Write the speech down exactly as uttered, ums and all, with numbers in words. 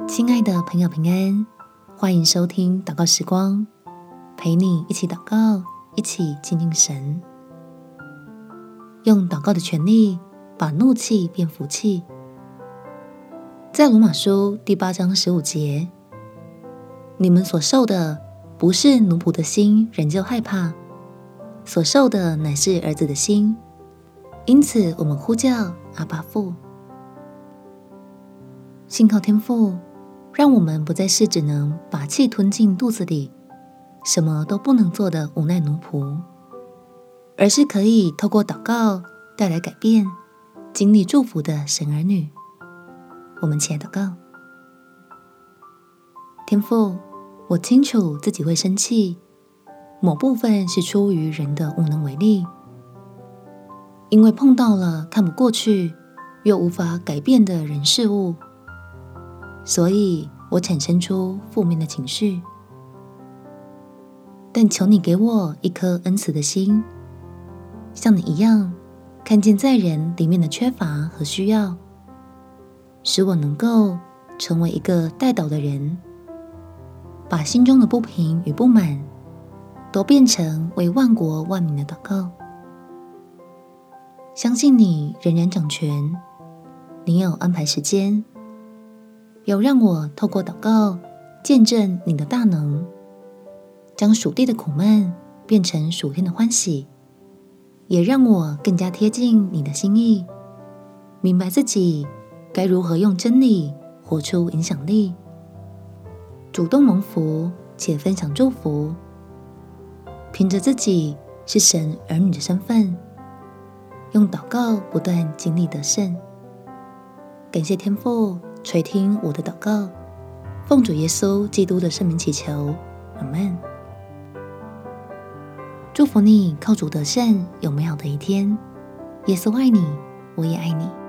亲爱的朋友平安，欢迎收听祷告时光，陪你一起祷告，一起亲近神。用祷告的权力把怒气变福气。在罗马书第八章十五节，你们所受的不是奴仆的心，仍旧害怕，所受的乃是儿子的心，因此我们呼叫阿爸父。信靠天父，让我们不再是只能把气吞进肚子里，什么都不能做的无奈奴仆，而是可以透过祷告带来改变，经历祝福的神儿女。我们起来祷告。天父，我清楚自己会生气，某部分是出于人的无能为力，因为碰到了看不过去又无法改变的人事物，所以我产生出负面的情绪。但求你给我一颗恩慈的心，像你一样看见在人里面的缺乏和需要，使我能够成为一个代祷的人，把心中的不平与不满都变成为万国万民的祷告。相信你仍然掌权，你有安排时间，有让我透过祷告见证你的大能，将属地的苦闷变成属天的欢喜，也让我更加贴近你的心意，明白自己该如何用真理活出影响力，主动蒙福且分享祝福，凭着自己是神儿女的身份，用祷告不断经历得胜。感谢天父垂听我的祷告，奉主耶稣基督的圣名祈求，阿们。祝福你靠主得胜，有美好的一天。耶稣爱你，我也爱你。